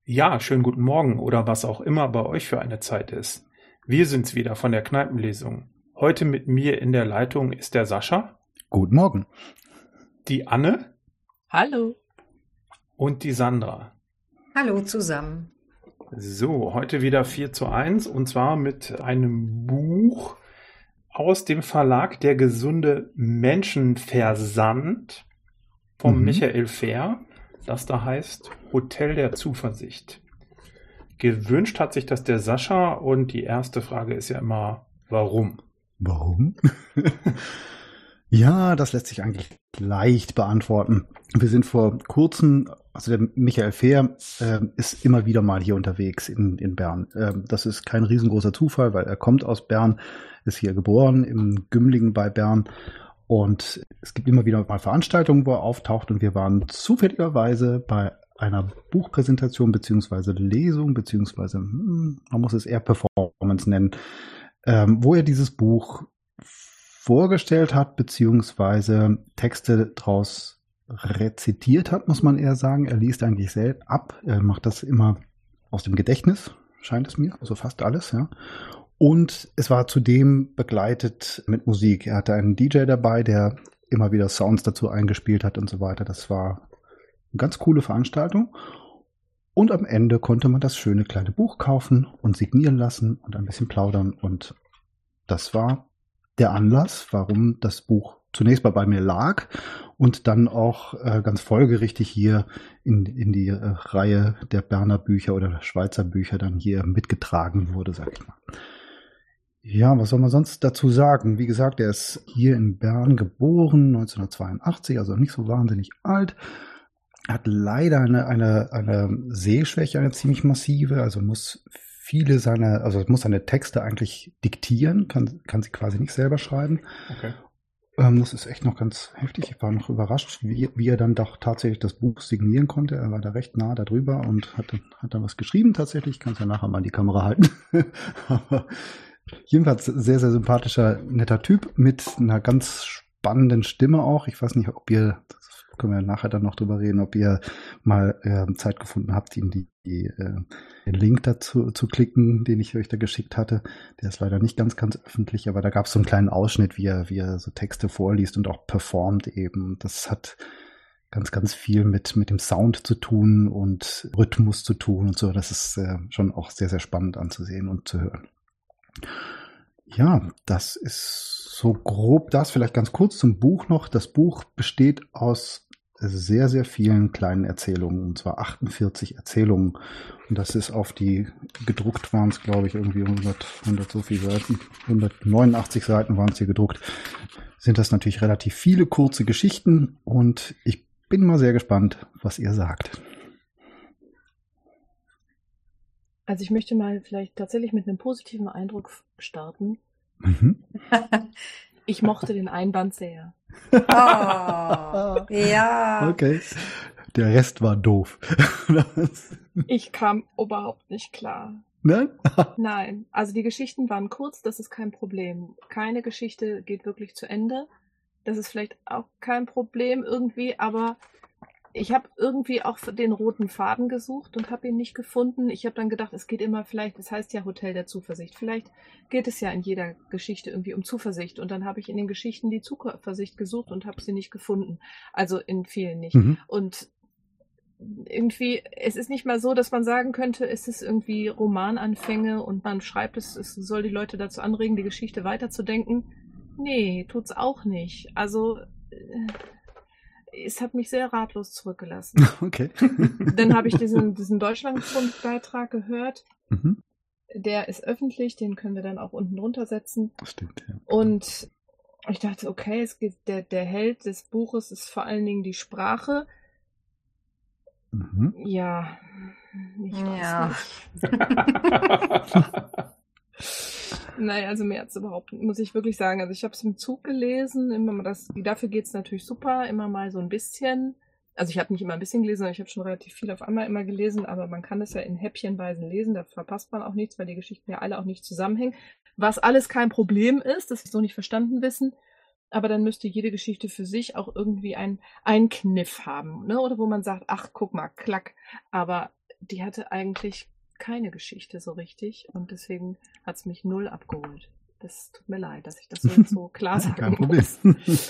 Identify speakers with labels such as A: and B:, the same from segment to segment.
A: Ja, schönen guten Morgen oder was auch immer bei euch für eine Zeit ist. Wir sind's wieder von der Kneipenlesung. Heute mit mir in der Leitung ist der Sascha,
B: Guten Morgen.
A: die Anne
C: Hallo.
A: und die Sandra.
D: Hallo zusammen.
A: So, heute wieder 4:1 und zwar mit einem Buch aus dem Verlag Der gesunde Menschenversand von Michael Fehr, das da heißt Hotel der Zuversicht. Gewünscht hat sich das der Sascha und die erste Frage ist ja immer, warum?
B: Warum? Ja, das lässt sich eigentlich leicht beantworten. Wir sind vor kurzem, also der Michael Fehr ist immer wieder mal hier unterwegs in Bern. Das ist kein riesengroßer Zufall, weil er kommt aus Bern, ist hier geboren, im Gümligen bei Bern. Und es gibt immer wieder mal Veranstaltungen, wo er auftaucht. Und wir waren zufälligerweise bei einer Buchpräsentation beziehungsweise Lesung, beziehungsweise, man muss es eher Performance nennen, wo er dieses Buch vorgestellt hat, beziehungsweise Texte daraus rezitiert hat, muss man eher sagen. Er liest eigentlich selten ab. Er macht das immer aus dem Gedächtnis, scheint es mir, also fast alles, ja. Und es war zudem begleitet mit Musik. Er hatte einen DJ dabei, der immer wieder Sounds dazu eingespielt hat und so weiter. Das war eine ganz coole Veranstaltung. Und am Ende konnte man das schöne kleine Buch kaufen und signieren lassen und ein bisschen plaudern. Und das war der Anlass, warum das Buch zunächst mal bei mir lag und dann auch ganz folgerichtig hier in die Reihe der Berner Bücher oder Schweizer Bücher dann hier mitgetragen wurde, sag ich mal. Ja, was soll man sonst dazu sagen? Wie gesagt, er ist hier in Bern geboren, 1982, also nicht so wahnsinnig alt. Hat leider eine Sehschwäche, eine ziemlich massive, also muss seine Texte eigentlich diktieren, kann sie quasi nicht selber schreiben.
A: Okay.
B: Das ist echt noch ganz heftig. Ich war noch überrascht, wie er dann doch tatsächlich das Buch signieren konnte. Er war da recht nah darüber und hat dann was geschrieben tatsächlich. Ich kann es ja nachher mal in die Kamera halten. Aber jedenfalls sehr, sehr sympathischer, netter Typ mit einer ganz spannenden Stimme auch. Ich weiß nicht, ob ihr, das können wir nachher dann noch drüber reden, ob ihr mal Zeit gefunden habt, ihm den Link dazu zu klicken, den ich euch da geschickt hatte. Der ist leider nicht ganz, ganz öffentlich, aber da gab es so einen kleinen Ausschnitt, wie er so Texte vorliest und auch performt eben. Das hat ganz, ganz viel mit dem Sound zu tun und Rhythmus zu tun und so. Das ist schon auch sehr, sehr spannend anzusehen und zu hören. Ja, das ist so grob das. Vielleicht ganz kurz zum Buch noch. Das Buch besteht aus sehr, sehr vielen kleinen Erzählungen, und zwar 48 Erzählungen. Und das ist gedruckt waren es, glaube ich, irgendwie 100 so viele Seiten. 189 Seiten waren es hier gedruckt. Sind das natürlich relativ viele kurze Geschichten und ich bin mal sehr gespannt, was ihr sagt.
C: Also ich möchte mal vielleicht tatsächlich mit einem positiven Eindruck starten. Ich mochte den Einband sehr.
D: Oh, ja.
B: Okay. Der Rest war doof.
C: Ich kam überhaupt nicht klar.
B: Nein?
C: Nein, also die Geschichten waren kurz, das ist kein Problem. Keine Geschichte geht wirklich zu Ende. Das ist vielleicht auch kein Problem irgendwie, aber ich habe irgendwie auch den roten Faden gesucht und habe ihn nicht gefunden. Ich habe dann gedacht, es geht immer vielleicht, es heißt ja Hotel der Zuversicht. Vielleicht geht es ja in jeder Geschichte irgendwie um Zuversicht. Und dann habe ich in den Geschichten die Zuversicht gesucht und habe sie nicht gefunden. Also in vielen nicht. Und irgendwie, es ist nicht mal so, dass man sagen könnte, es ist irgendwie Romananfänge und man schreibt es soll die Leute dazu anregen, die Geschichte weiterzudenken. Nee, tut's auch nicht. Also es hat mich sehr ratlos zurückgelassen.
B: Okay.
C: Dann habe ich diesen Deutschlandfunk-Beitrag gehört. Der ist öffentlich, den können wir dann auch unten drunter setzen.
B: Stimmt, ja.
C: Und ich dachte, okay, es geht, der Held des Buches ist vor allen Dingen die Sprache. Ja, ich weiß nicht. Naja, also mehr als überhaupt, muss ich wirklich sagen. Also ich habe es im Zug gelesen, dafür geht's natürlich super, immer mal so ein bisschen. Also ich habe nicht immer ein bisschen gelesen, sondern ich habe schon relativ viel auf einmal immer gelesen, aber man kann es ja in Häppchenweise lesen, da verpasst man auch nichts, weil die Geschichten ja alle auch nicht zusammenhängen. Was alles kein Problem ist, das wir so nicht verstanden wissen, aber dann müsste jede Geschichte für sich auch irgendwie einen Kniff haben, ne? Oder wo man sagt, ach, guck mal, klack. Aber die hatte eigentlich keine Geschichte so richtig und deswegen hat es mich null abgeholt. Das tut mir leid, dass ich das so jetzt so klar sagen
B: Kein Problem.
C: muss.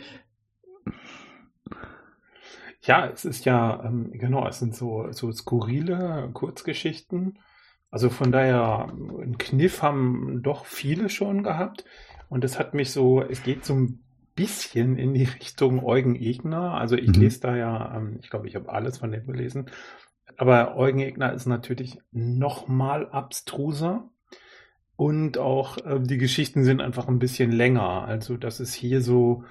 A: Ja, es ist ja, genau, es sind so skurrile Kurzgeschichten. Also von daher, einen Kniff haben doch viele schon gehabt. Und es hat mich so, es geht so ein bisschen in die Richtung Eugen Egner. Also ich lese da ja, ich glaube, ich habe alles von dem gelesen. Aber Eugen Egner ist natürlich noch mal abstruser. Und auch die Geschichten sind einfach ein bisschen länger. Also das ist hier so,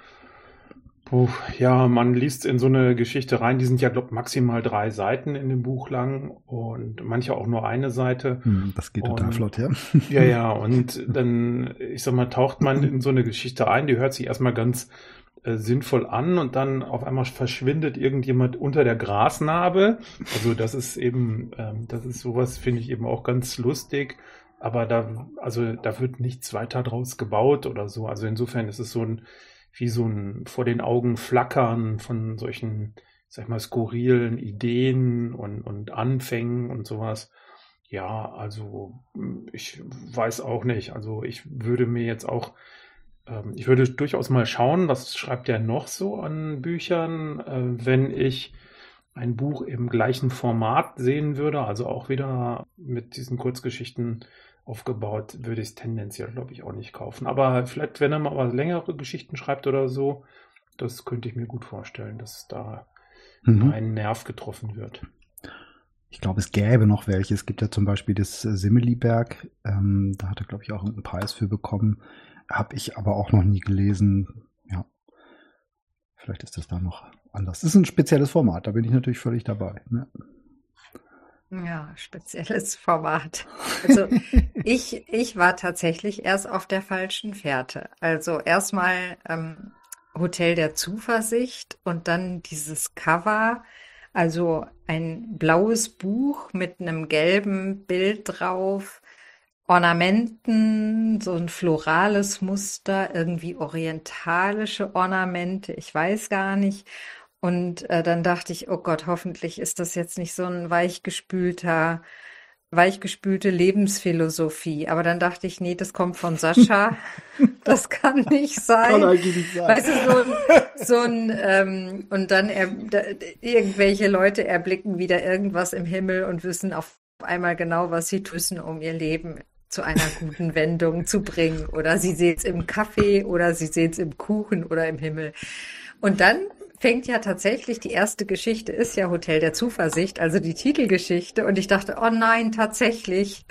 A: ja, man liest in so eine Geschichte rein, die sind ja, glaube ich, maximal 3 Seiten in dem Buch lang und manche auch nur eine Seite.
B: Das geht total flott, ja.
A: Ja, und dann, ich sag mal, taucht man in so eine Geschichte ein, die hört sich erstmal ganz sinnvoll an und dann auf einmal verschwindet irgendjemand unter der Grasnarbe. Also das ist eben, das ist sowas, finde ich eben auch ganz lustig. Aber da wird nichts weiter draus gebaut oder so. Also insofern ist es wie so ein vor den Augen Flackern von solchen, sag ich mal, skurrilen Ideen und Anfängen und sowas. Ja, also ich weiß auch nicht. Also ich würde mir jetzt auch, ich würde durchaus mal schauen, was schreibt er noch so an Büchern, wenn ich ein Buch im gleichen Format sehen würde, also auch wieder mit diesen Kurzgeschichten aufgebaut, würde ich es tendenziell, glaube ich, auch nicht kaufen. Aber vielleicht, wenn er mal was längere Geschichten schreibt oder so, das könnte ich mir gut vorstellen, dass da ein Nerv getroffen wird.
B: Ich glaube, es gäbe noch welche. Es gibt ja zum Beispiel das Simmeliberg. Da hat er, glaube ich, auch einen Preis für bekommen. Habe ich aber auch noch nie gelesen. Ja, vielleicht ist das da noch anders. Das ist ein spezielles Format, da bin ich natürlich völlig dabei. Ne?
D: Ja, spezielles Format. Also ich war tatsächlich erst auf der falschen Fährte. Also erstmal Hotel der Zuversicht und dann dieses Cover, also ein blaues Buch mit einem gelben Bild drauf, Ornamenten, so ein florales Muster, irgendwie orientalische Ornamente, ich weiß gar nicht. Und dann dachte ich, oh Gott, hoffentlich ist das jetzt nicht so ein weichgespülte Lebensphilosophie. Aber dann dachte ich, nee, das kommt von Sascha. Das kann nicht sein.
B: Kann eigentlich nicht sein.
D: Weißt du, und dann irgendwelche Leute erblicken wieder irgendwas im Himmel und wissen auf einmal genau, was sie tun müssen, um ihr Leben zu einer guten Wendung zu bringen. Oder sie sehen es im Kaffee oder sie sehen es im Kuchen oder im Himmel. Und dann fängt ja tatsächlich, die erste Geschichte ist ja Hotel der Zuversicht, also die Titelgeschichte. Und ich dachte, oh nein, tatsächlich.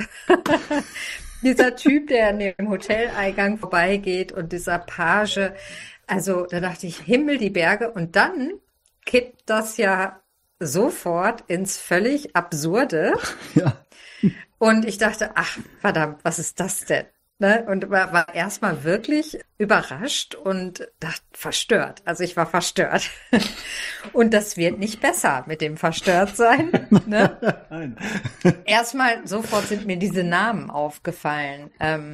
D: Dieser Typ, der an dem Hoteleingang vorbeigeht und dieser Page. Also da dachte ich, Himmel, die Berge. Und dann kippt das ja sofort ins völlig Absurde.
B: Ja.
D: Und ich dachte, ach, verdammt, was ist das denn? Ne? Und war erstmal wirklich überrascht und dachte, verstört. Also ich war verstört. Und das wird nicht besser mit dem Verstörtsein. Ne?
B: Nein.
D: Erstmal sofort sind mir diese Namen aufgefallen.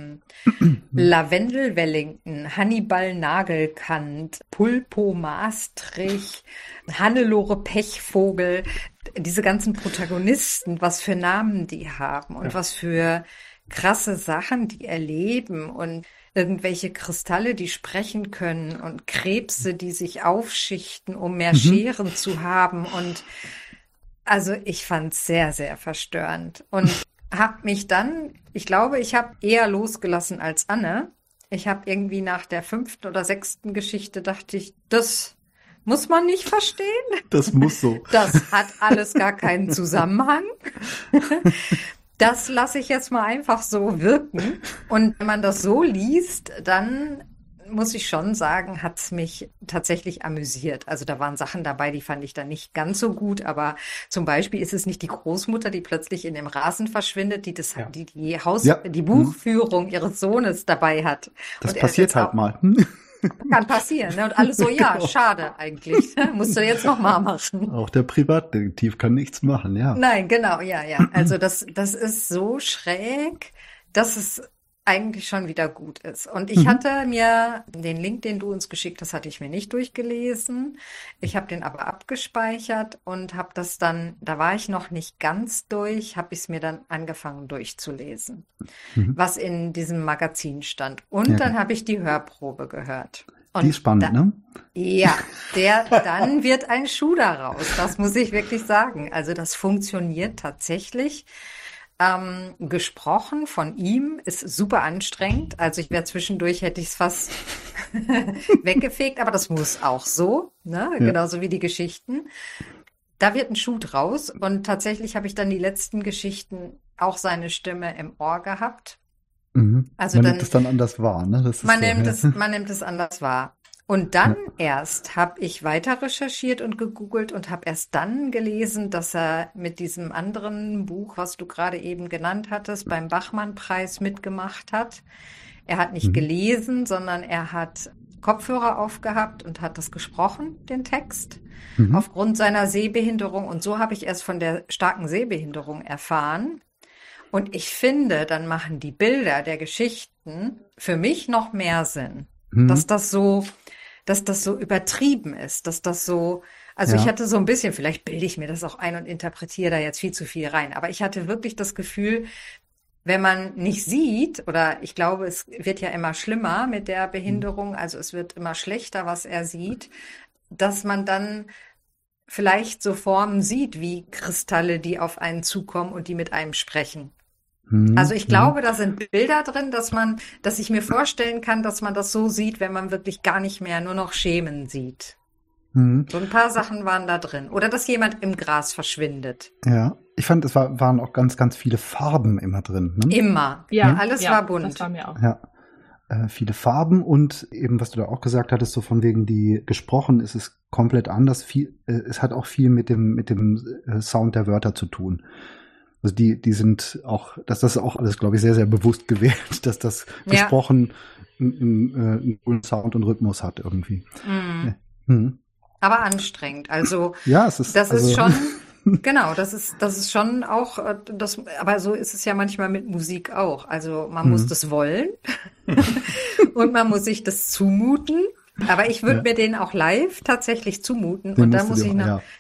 D: Lavendel Wellington, Hannibal Nagelkant, Pulpo Maastrich, Hannelore Pechvogel. Diese ganzen Protagonisten, was für Namen die haben und was für krasse Sachen, die erleben und irgendwelche Kristalle, die sprechen können und Krebse, die sich aufschichten, um mehr Scheren zu haben. Und also ich fand es sehr, sehr verstörend und habe mich dann, ich glaube, ich habe eher losgelassen als Anne. Ich habe irgendwie nach der 5. oder 6. Geschichte dachte ich, das muss man nicht verstehen.
B: Das muss so.
D: Das hat alles gar keinen Zusammenhang. Das lasse ich jetzt mal einfach so wirken. Und wenn man das so liest, dann muss ich schon sagen, hat es mich tatsächlich amüsiert. Also da waren Sachen dabei, die fand ich dann nicht ganz so gut. Aber zum Beispiel ist es nicht die Großmutter, die plötzlich in dem Rasen verschwindet, die Buchführung ihres Sohnes dabei hat.
B: Das
D: und
B: passiert halt mal.
D: Kann passieren. Ne? Und alles so, ja, schade eigentlich. Musst du jetzt noch mal machen.
B: Auch der Privatdetektiv kann nichts machen, ja.
D: Nein, genau, ja. Also das ist so schräg, dass es eigentlich schon wieder gut ist. Und ich hatte mir den Link, den du uns geschickt hast, hatte ich mir nicht durchgelesen. Ich habe den aber abgespeichert und habe das dann, da war ich noch nicht ganz durch, habe ich es mir dann angefangen durchzulesen, was in diesem Magazin stand. Und dann habe ich die Hörprobe gehört. Und
B: die ist spannend, ne?
D: Ja, dann wird ein Schuh daraus. Das muss ich wirklich sagen. Also das funktioniert tatsächlich. Gesprochen von ihm ist super anstrengend. Also ich wäre zwischendurch, hätte ich es fast weggefegt, aber das muss auch so, ne? Ja. Genauso wie die Geschichten. Da wird ein Schuh draus und tatsächlich habe ich dann die letzten Geschichten auch seine Stimme im Ohr gehabt.
B: Also man nimmt es dann anders wahr, ne?
D: Man nimmt es anders wahr. Und dann erst habe ich weiter recherchiert und gegoogelt und habe erst dann gelesen, dass er mit diesem anderen Buch, was du gerade eben genannt hattest, beim Bachmann-Preis mitgemacht hat. Er hat nicht gelesen, sondern er hat Kopfhörer aufgehabt und hat das gesprochen, den Text, aufgrund seiner Sehbehinderung. Und so habe ich erst von der starken Sehbehinderung erfahren. Und ich finde, dann machen die Bilder der Geschichten für mich noch mehr Sinn. Dass das so übertrieben ist, dass das so, also ich hatte so ein bisschen, vielleicht bilde ich mir das auch ein und interpretiere da jetzt viel zu viel rein, aber ich hatte wirklich das Gefühl, wenn man nicht sieht, oder ich glaube, es wird ja immer schlimmer mit der Behinderung, also es wird immer schlechter, was er sieht, dass man dann vielleicht so Formen sieht wie Kristalle, die auf einen zukommen und die mit einem sprechen. Also ich glaube, da sind Bilder drin, dass ich mir vorstellen kann, dass man das so sieht, wenn man wirklich gar nicht mehr nur noch Schemen sieht. So ein paar Sachen waren da drin. Oder dass jemand im Gras verschwindet.
B: Ja, ich fand, es waren auch ganz, ganz viele Farben immer drin. Ne?
D: Immer. Ja, alles war bunt.
C: Das war mir auch.
B: Ja, viele Farben und eben, was du da auch gesagt hattest, so von wegen die gesprochen ist es komplett anders. Es hat auch viel mit dem Sound der Wörter zu tun. Also die sind auch, dass das auch alles, glaube ich, sehr, sehr bewusst gewählt, dass das gesprochen einen Sound und Rhythmus hat irgendwie.
D: Aber anstrengend. Also
B: ja, es ist,
D: das ist schon, genau, das ist schon auch, aber so ist es ja manchmal mit Musik auch. Also man muss das wollen und man muss sich das zumuten. Aber ich würde mir den auch live tatsächlich zumuten. Und dann muss ich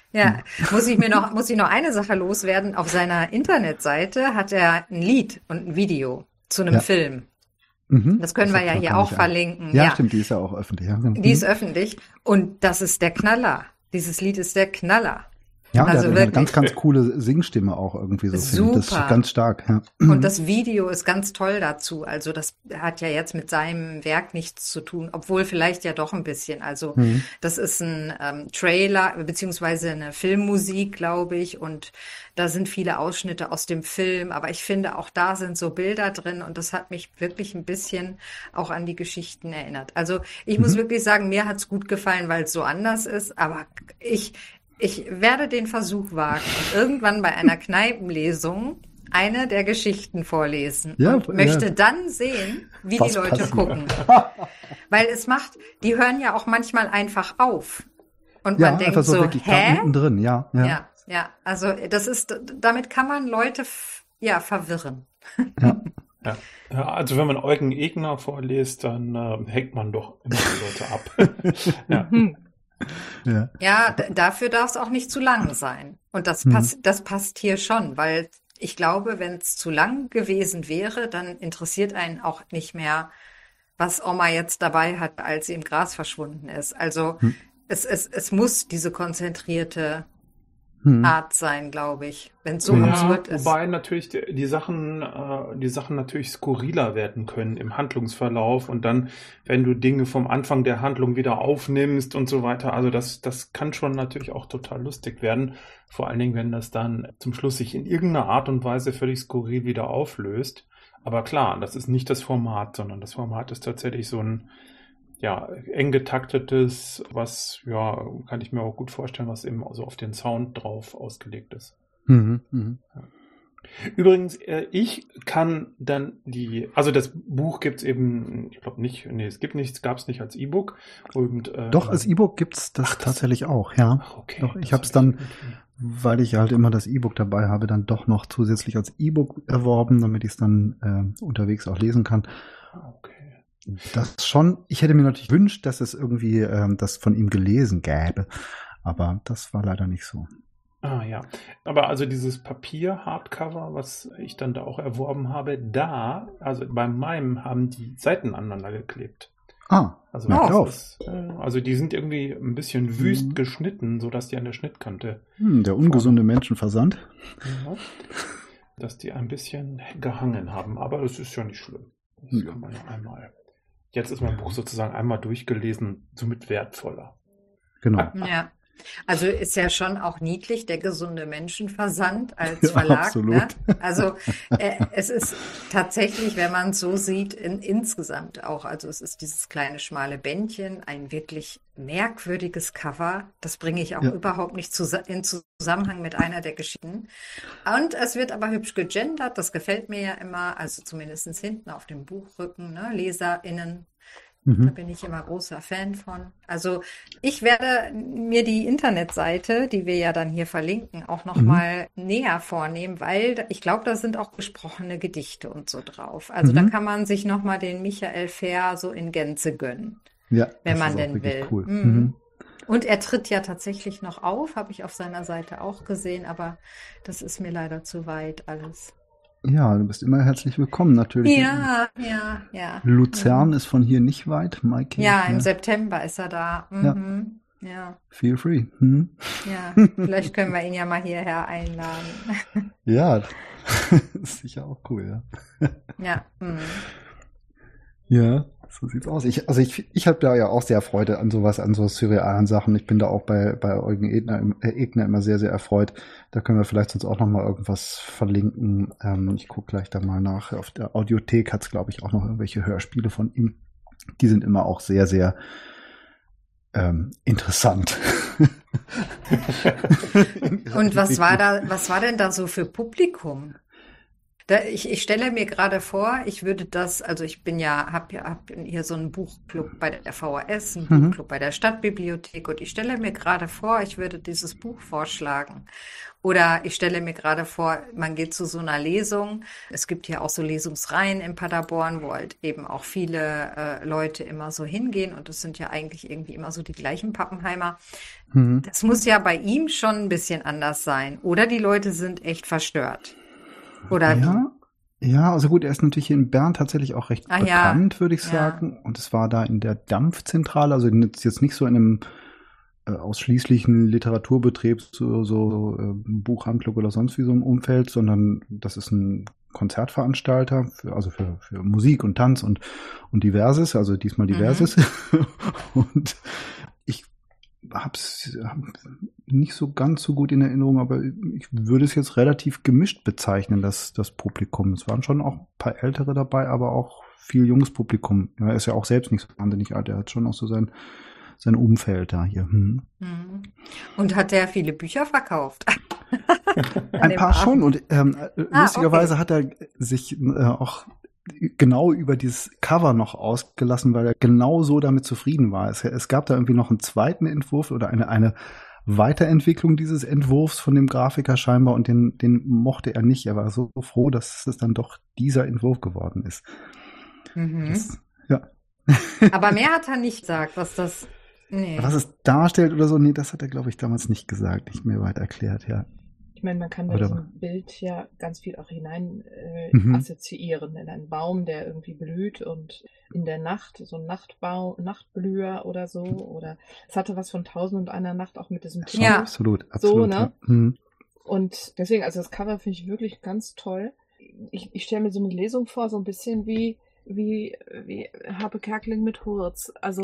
D: noch eine Sache loswerden. Auf seiner Internetseite hat er ein Lied und ein Video zu einem Film. Das können wir ja hier auch verlinken.
B: Ja, stimmt, die ist ja auch öffentlich. Ja.
D: Die ist öffentlich. Und das ist der Knaller. Dieses Lied ist der Knaller.
B: Ja, also der hat eine ganz, ganz coole Singstimme auch irgendwie so.
D: Super.
B: Das ist ganz stark. Ja.
D: Und das Video ist ganz toll dazu. Also das hat ja jetzt mit seinem Werk nichts zu tun, obwohl vielleicht ja doch ein bisschen. Also das ist ein Trailer beziehungsweise eine Filmmusik, glaube ich. Und da sind viele Ausschnitte aus dem Film. Aber ich finde, auch da sind so Bilder drin. Und das hat mich wirklich ein bisschen auch an die Geschichten erinnert. Also ich muss wirklich sagen, mir hat's gut gefallen, weil es so anders ist. Aber ich werde den Versuch wagen und irgendwann bei einer Kneipenlesung eine der Geschichten vorlesen und möchte dann sehen, wie die Leute gucken. Weil die hören ja auch manchmal einfach auf. Und man denkt so, hä?
B: Mittendrin, ja.
D: Also damit kann man Leute verwirren.
A: Ja. Ja, also wenn man Eugen Egner vorliest, dann hängt man doch immer die Leute ab. Ja.
D: Ja, dafür darf es auch nicht zu lang sein. Und das passt hier schon, weil ich glaube, wenn es zu lang gewesen wäre, dann interessiert einen auch nicht mehr, was Oma jetzt dabei hat, als sie im Gras verschwunden ist. Also es muss diese konzentrierte Art sein, glaube ich, wenn es so absurd ist.
A: Wobei natürlich die Sachen natürlich skurriler werden können im Handlungsverlauf und dann, wenn du Dinge vom Anfang der Handlung wieder aufnimmst und so weiter, also das kann schon natürlich auch total lustig werden, vor allen Dingen, wenn das dann zum Schluss sich in irgendeiner Art und Weise völlig skurril wieder auflöst. Aber klar, das ist nicht das Format, sondern das Format ist tatsächlich so ein eng getaktetes, was, kann ich mir auch gut vorstellen, was eben so auf den Sound drauf ausgelegt ist. Übrigens, ich kann dann also das Buch gibt's eben, ich glaube nicht, gab's nicht als E-Book. Und
B: Doch, als E-Book gibt's das tatsächlich auch, ja.
A: Ach, okay.
B: Doch, ich habe es dann, weil ich halt immer das E-Book dabei habe, dann doch noch zusätzlich als E-Book erworben, damit ich es dann unterwegs auch lesen kann.
A: Okay.
B: Das schon, ich hätte mir natürlich gewünscht, dass es irgendwie das von ihm gelesen gäbe, aber das war leider nicht so.
A: Ah ja, aber also dieses Papier-Hardcover, was ich dann da auch erworben habe, also bei meinem haben die Seiten aneinander geklebt. Also, also die sind irgendwie ein bisschen wüst geschnitten, sodass die an der Schnittkante.
B: Der ungesunde Menschenversand.
A: Ja, dass die ein bisschen gehangen haben, aber das ist ja nicht schlimm. Das kann man ja einmal. Jetzt ist mein Buch sozusagen einmal durchgelesen, somit wertvoller.
B: Genau.
D: Ja. Also ist ja schon auch niedlich, der gesunde Menschenversand als Verlag.
B: Absolut.
D: Ne? Also es ist tatsächlich, wenn man es so sieht, insgesamt auch, also es ist dieses kleine schmale Bändchen, ein wirklich merkwürdiges Cover. Das bringe ich auch überhaupt nicht in Zusammenhang mit einer der Geschichten. Und es wird aber hübsch gegendert, das gefällt mir ja immer, also zumindest hinten auf dem Buchrücken, ne? LeserInnen. Da bin ich immer großer Fan von. Also ich werde mir die Internetseite, die wir ja dann hier verlinken, auch nochmal näher vornehmen, weil ich glaube, da sind auch gesprochene Gedichte und so drauf. Also da kann man sich nochmal den Michael Fehr so in Gänze gönnen, wenn man denn will.
B: Cool.
D: Und er tritt ja tatsächlich noch auf, habe ich auf seiner Seite auch gesehen, aber das ist mir leider zu weit alles.
B: Ja, du bist immer herzlich willkommen, natürlich.
D: Ja.
B: Luzern ist von hier nicht weit, Maike.
D: Ja, im September ist er da. Ja.
B: Feel free.
D: Ja, vielleicht können wir ihn ja mal hierher einladen.
B: Ja, ist sicher auch cool, ja.
D: Ja.
B: Ja, so sieht's aus. Ich habe da ja auch sehr Freude an sowas, an so surrealen Sachen. Ich bin da auch bei Eugen Egner immer sehr, sehr erfreut. Da können wir vielleicht sonst auch noch mal irgendwas verlinken. Ich gucke gleich da mal nach. Auf der Audiothek hat's, glaube ich, auch noch irgendwelche Hörspiele von ihm. Die sind immer auch sehr, sehr interessant.
D: Und was war denn da so für Publikum? Ich stelle mir gerade vor, ich würde das, also ich hab hier so einen Buchclub bei der VHS, einen Buchclub bei der Stadtbibliothek und ich stelle mir gerade vor, ich würde dieses Buch vorschlagen. Oder ich stelle mir gerade vor, man geht zu so einer Lesung. Es gibt hier auch so Lesungsreihen in Paderborn, wo halt eben auch viele Leute immer so hingehen und das sind ja eigentlich irgendwie immer so die gleichen Pappenheimer. Das muss ja bei ihm schon ein bisschen anders sein. Oder die Leute sind echt verstört. Oder
B: ja, also gut, er ist natürlich hier in Bern tatsächlich auch recht bekannt, würde ich sagen. Und es war da in der Dampfzentrale, also jetzt nicht so in einem ausschließlichen Literaturbetrieb, so Buchhandlung oder sonst wie so im Umfeld, sondern das ist ein Konzertveranstalter, für Musik und Tanz und Diverses, also diesmal Diverses. Und ich hab's nicht so ganz so gut in Erinnerung, aber ich würde es jetzt relativ gemischt bezeichnen, das Publikum. Es waren schon auch ein paar Ältere dabei, aber auch viel junges Publikum. Ja, er ist ja auch selbst nicht so wahnsinnig alt, er hat schon auch so sein Umfeld da hier.
D: Und hat er viele Bücher verkauft?
B: Ein paar schon und lustigerweise hat er sich auch genau über dieses Cover noch ausgelassen, weil er genau so damit zufrieden war. Es gab da irgendwie noch einen zweiten Entwurf oder eine Weiterentwicklung dieses Entwurfs von dem Grafiker scheinbar und den mochte er nicht. Er war so froh, dass es dann doch dieser Entwurf geworden ist.
D: Aber mehr hat er nicht gesagt, was
B: es darstellt oder so. Nee, das hat er, glaube ich, damals nicht gesagt, nicht mehr weit erklärt, ja.
C: Ich meine, man kann bei diesem Bild ja ganz viel auch hinein assoziieren in einen Baum, der irgendwie blüht und in der Nacht, so ein Nachtblüher oder so. Oder es hatte was von 1001 Nacht auch mit diesem Traum.
B: Ja, absolut.
C: So, ne? Und deswegen, also das Cover finde ich wirklich ganz toll. Ich stelle mir so eine Lesung vor, so ein bisschen wie Harpe Kerkeling mit Hurz. Also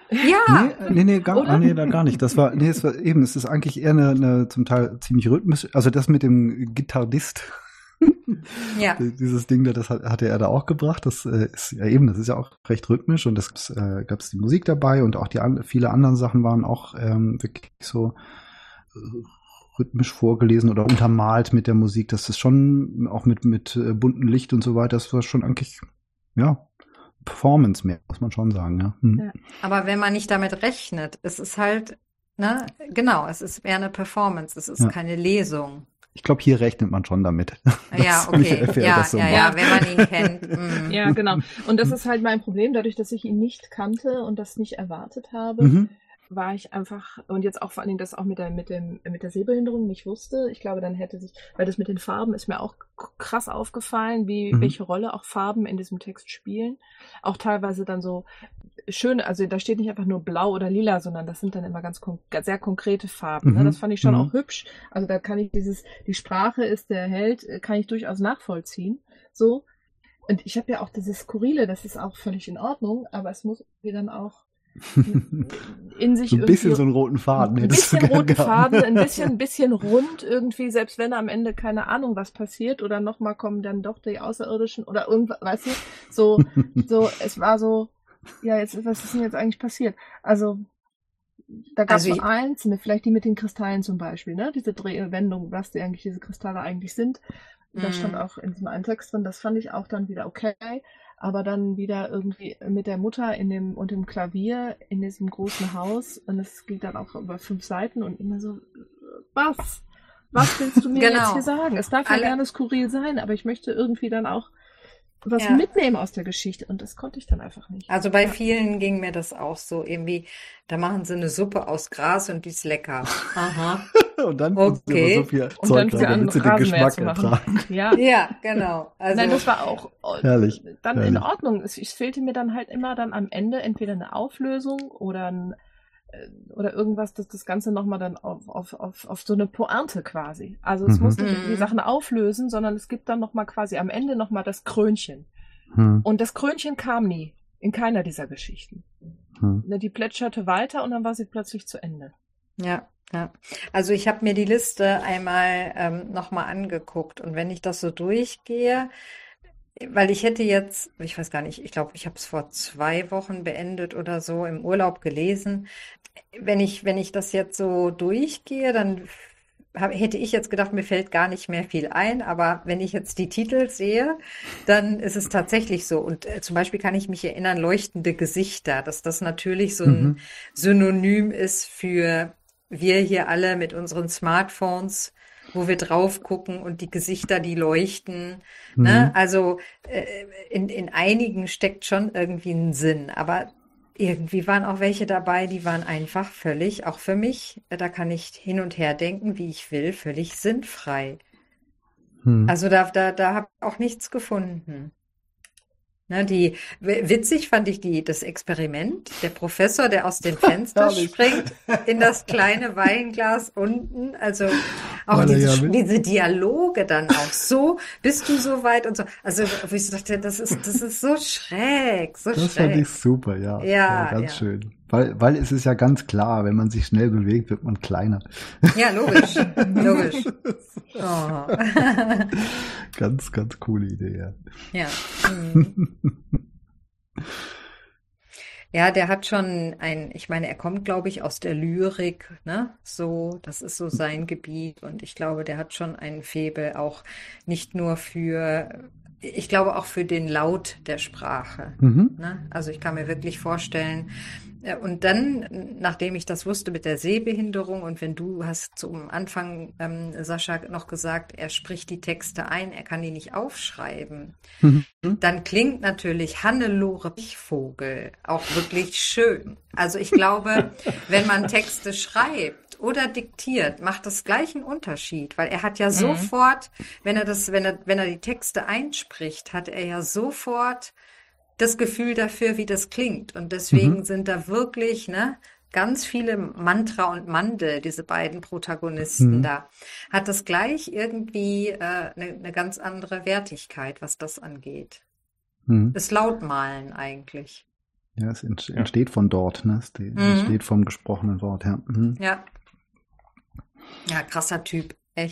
B: gar nicht. Es ist eigentlich eher eine zum Teil ziemlich rhythmisch, also das mit dem Gitarrist.
D: Ja.
B: Dieses Ding, das hatte er da auch gebracht. Das ist ja auch recht rhythmisch und das gab's die Musik dabei und auch viele anderen Sachen waren auch wirklich so rhythmisch vorgelesen oder untermalt mit der Musik. Das ist schon auch mit buntem Licht und so weiter. Das war schon eigentlich, ja, Performance mehr, muss man schon sagen, ja.
C: Ja.
D: Aber wenn man nicht damit rechnet, es ist halt, ne, genau, es ist eher eine Performance, es ist keine Lesung.
B: Ich glaube, hier rechnet man schon damit.
D: Ja, okay. Ja, wenn man ihn kennt.
C: Ja, genau. Und das ist halt mein Problem, dadurch, dass ich ihn nicht kannte und das nicht erwartet habe, war ich einfach, und jetzt auch vor allen Dingen das auch mit der Sehbehinderung nicht wusste. Ich glaube, dann hätte sich, weil das mit den Farben ist mir auch krass aufgefallen, welche Rolle auch Farben in diesem Text spielen. Auch teilweise dann so schön, also da steht nicht einfach nur blau oder lila, sondern das sind dann immer ganz sehr konkrete Farben. Ne? Das fand ich schon auch hübsch. Also da kann ich die Sprache ist der Held, kann ich durchaus nachvollziehen. So. Und ich habe ja auch dieses Skurrile, das ist auch völlig in Ordnung, aber es muss mir dann auch in sich
B: so ein bisschen so einen roten Faden.
C: Ein bisschen roten Faden, ein bisschen rund irgendwie, selbst wenn am Ende keine Ahnung was passiert oder nochmal kommen dann doch die Außerirdischen oder irgendwas, weißt du, so, es war so, ja, jetzt, was ist denn jetzt eigentlich passiert? Also, da gab es so einzelne, vielleicht die mit den Kristallen zum Beispiel, ne, diese Drehwendung, was diese Kristalle eigentlich sind. Das stand auch in diesem einen Text drin, das fand ich auch dann wieder okay. Aber dann wieder irgendwie mit der Mutter und dem Klavier in diesem großen Haus und es geht dann auch über 5 Seiten und immer so, was willst du mir jetzt hier sagen? Es darf ja gerne skurril sein, aber ich möchte irgendwie dann auch was mitnehmen aus der Geschichte und das konnte ich dann einfach nicht.
D: Also bei vielen ging mir das auch so irgendwie, da machen sie eine Suppe aus Gras und die ist lecker. Aha.
B: Und dann so viel Zeug rein, damit sie den Geschmack ertragen.
D: Ja, genau. Also,
C: nein, das war auch
B: herrlich.
C: Dann in Ordnung. Es fehlte mir dann halt immer dann am Ende entweder eine Auflösung oder irgendwas, dass das Ganze nochmal dann auf so eine Pointe quasi. Also es muss nicht die Sachen auflösen, sondern es gibt dann nochmal quasi am Ende nochmal das Krönchen. Und das Krönchen kam nie. In keiner dieser Geschichten. Die plätscherte weiter und dann war sie plötzlich zu Ende.
D: Ja. Also ich habe mir die Liste einmal nochmal angeguckt und wenn ich das so durchgehe, weil ich hätte jetzt, ich weiß gar nicht, ich glaube, ich habe es vor 2 Wochen beendet oder so im Urlaub gelesen. Wenn ich das jetzt so durchgehe, dann hätte ich jetzt gedacht, mir fällt gar nicht mehr viel ein, aber wenn ich jetzt die Titel sehe, dann ist es tatsächlich so. Und zum Beispiel kann ich mich erinnern, leuchtende Gesichter, dass das natürlich so ein Synonym ist für wir hier alle mit unseren Smartphones, wo wir drauf gucken und die Gesichter, die leuchten. Ne? Also in einigen steckt schon irgendwie ein Sinn, aber irgendwie waren auch welche dabei, die waren einfach völlig, auch für mich, da kann ich hin und her denken, wie ich will, völlig sinnfrei. Also da habe ich auch nichts gefunden. Ne, witzig fand ich das Experiment, der Professor, der aus dem Fenster springt in das kleine Weinglas unten, also auch diese Dialoge dann auch so, bist du so weit und so, also wo ich dachte, das ist so schräg, so
B: das
D: schräg.
B: Das fand ich super, ja, ganz schön. Weil es ist ja ganz klar, wenn man sich schnell bewegt, wird man kleiner. Ja, logisch.
D: Oh.
B: Ganz, ganz coole Idee, ja.
D: Ja. Ja, der hat schon ich meine, er kommt, glaube ich, aus der Lyrik, ne? So, das ist so sein Gebiet und ich glaube, der hat schon einen Faible auch nicht nur ich glaube auch für den Laut der Sprache. Ne? Also ich kann mir wirklich vorstellen, und dann, nachdem ich das wusste mit der Sehbehinderung und wenn du hast zum Anfang, Sascha, noch gesagt, er spricht die Texte ein, er kann die nicht aufschreiben, dann klingt natürlich Hannelore Pechvogel auch wirklich schön. Also ich glaube, wenn man Texte schreibt oder diktiert, macht das gleich einen Unterschied, weil er hat ja sofort, wenn er die Texte einspricht, hat er ja sofort das Gefühl dafür, wie das klingt. Und deswegen sind da wirklich, ganz viele Mantra und Mandel, diese beiden Protagonisten da. Hat das gleich irgendwie eine ganz andere Wertigkeit, was das angeht. Das Lautmalen eigentlich.
B: Ja, es entsteht von dort, ne? Es entsteht vom gesprochenen Wort, ja.
D: Ja. Ja, krasser Typ. Echt.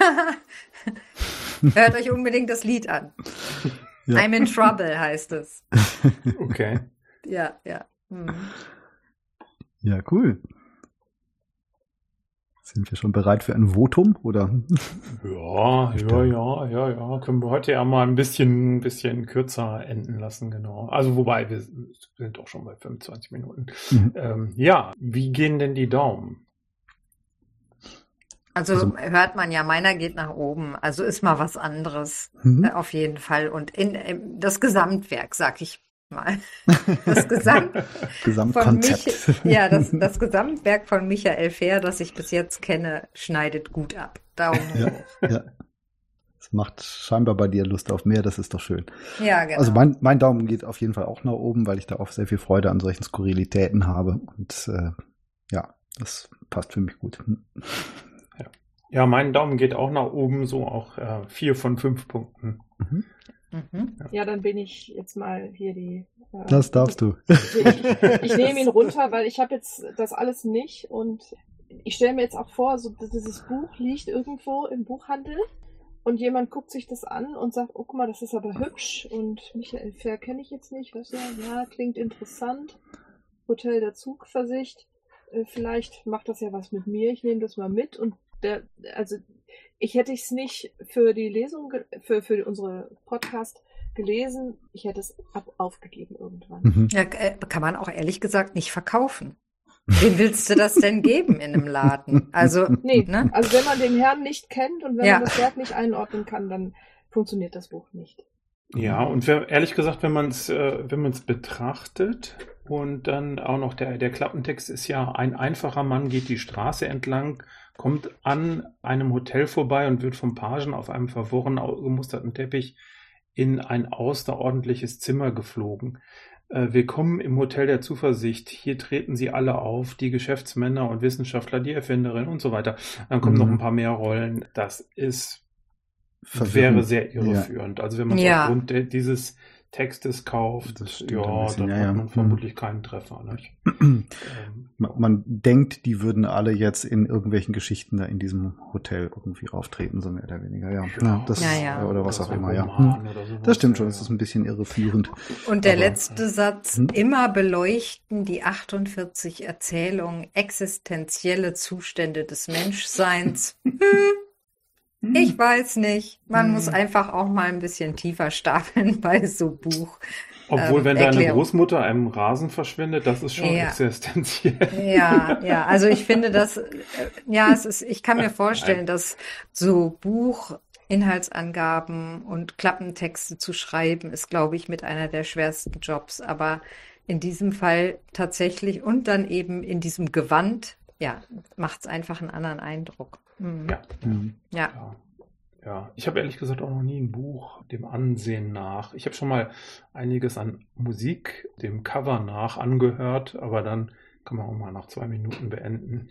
D: Hört euch unbedingt das Lied an. Ja. I'm in trouble heißt es.
A: Okay.
D: Ja.
B: Ja, cool. Sind wir schon bereit für ein Votum, oder?
A: Ja. Können wir heute ja mal ein bisschen kürzer enden lassen, genau. Also wobei, wir sind doch schon bei 25 Minuten. Ja, wie gehen denn die Daumen?
D: Also hört man ja, meiner geht nach oben. Also ist mal was anderes, auf jeden Fall. Und in das Gesamtwerk, sag ich mal. Das
B: Gesamtkonzept.
D: Das Gesamtwerk von Michael Fehr, das ich bis jetzt kenne, schneidet gut ab. Daumen hoch.
B: Ja. Das macht scheinbar bei dir Lust auf mehr, das ist doch schön.
D: Ja, genau.
B: Also mein Daumen geht auf jeden Fall auch nach oben, weil ich da auch sehr viel Freude an solchen Skurrilitäten habe. Und das passt für mich gut.
A: Ja, mein Daumen geht auch nach oben, so auch 4 von 5 Punkten.
C: Ja, dann bin ich jetzt mal hier die...
B: Das darfst du.
C: Ich nehme ihn runter, weil ich habe jetzt das alles nicht und ich stelle mir jetzt auch vor, so dieses Buch liegt irgendwo im Buchhandel und jemand guckt sich das an und sagt, oh, guck mal, das ist aber hübsch und Michael Fehr kenne ich jetzt nicht. Was ja, klingt interessant. Hotel der Zugversicht. Vielleicht macht das ja was mit mir. Ich nehme das mal mit und ich hätte es nicht für die Lesung, für unsere Podcast gelesen. Ich hätte es aufgegeben irgendwann.
D: Ja, kann man auch ehrlich gesagt nicht verkaufen. Wem willst du das denn geben in einem Laden? Also,
C: nee,
D: ne?
C: Also wenn man den Herrn nicht kennt und wenn man das Werk nicht einordnen kann, dann funktioniert das Buch nicht.
A: Ja, und ehrlich gesagt, wenn man es betrachtet und dann auch noch der Klappentext ist ja, ein einfacher Mann geht die Straße entlang, kommt an einem Hotel vorbei und wird vom Pagen auf einem verworren gemusterten Teppich in ein außerordentliches Zimmer geflogen. Willkommen im Hotel der Zuversicht. Hier treten sie alle auf, die Geschäftsmänner und Wissenschaftler, die Erfinderin und so weiter. Dann kommen noch ein paar mehr Rollen. Das wäre sehr irreführend. Ja. Also wenn man es aufgrund dieses Textes kauft, dann hat man vermutlich keinen Treffer. Nicht?
B: Man denkt, die würden alle jetzt in irgendwelchen Geschichten da in diesem Hotel irgendwie auftreten, so mehr oder weniger. Oder was auch immer. Das stimmt schon, das ist ein bisschen irreführend.
D: Und der letzte Satz, immer beleuchten die 48 Erzählungen existenzielle Zustände des Menschseins. Ich weiß nicht. Man muss einfach auch mal ein bisschen tiefer stapeln bei so Buch.
A: Obwohl, wenn deine Großmutter einem Rasen verschwindet, das ist schon existenziell.
D: Ja, also ich finde das, ich kann mir vorstellen, dass so Buchinhaltsangaben und Klappentexte zu schreiben, ist, glaube ich, mit einer der schwersten Jobs. Aber in diesem Fall tatsächlich und dann eben in diesem Gewand, macht es einfach einen anderen Eindruck.
A: Ja, ich habe ehrlich gesagt auch noch nie ein Buch dem Ansehen nach. Ich habe schon mal einiges an Musik dem Cover nach angehört, aber dann kann man auch mal nach 2 Minuten beenden.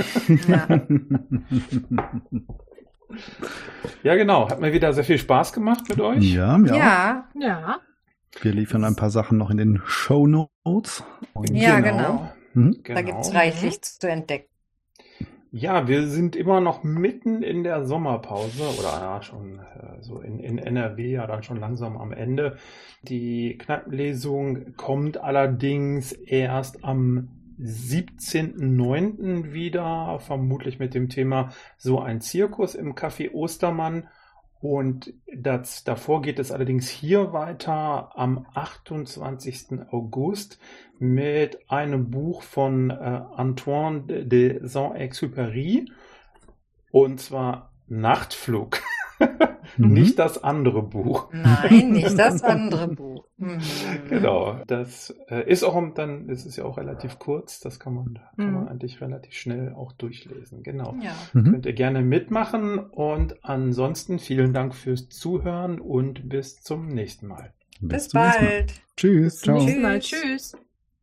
A: Ja, genau. Hat mir wieder sehr viel Spaß gemacht mit euch.
B: Ja. Wir liefern ein paar Sachen noch in den Shownotes.
D: Genau. Da gibt es reichlich zu entdecken.
A: Ja, wir sind immer noch mitten in der Sommerpause oder schon so in NRW dann schon langsam am Ende. Die Kneipenlesung kommt allerdings erst am 17.09. wieder, vermutlich mit dem Thema So ein Zirkus im Café Ostermann. Und davor geht es allerdings hier weiter am 28. August mit einem Buch von Antoine de Saint-Exupéry und zwar Nachtflug. Nicht das andere Buch.
D: Nein, nicht das andere Buch.
A: Genau, das ist auch dann ist es ja auch relativ kurz, das kann man eigentlich relativ schnell auch durchlesen. Genau. Ja. Könnt ihr gerne mitmachen und ansonsten vielen Dank fürs Zuhören und bis zum nächsten Mal.
D: Bis bald.
B: Tschüss.
C: Ciao. Tschüss.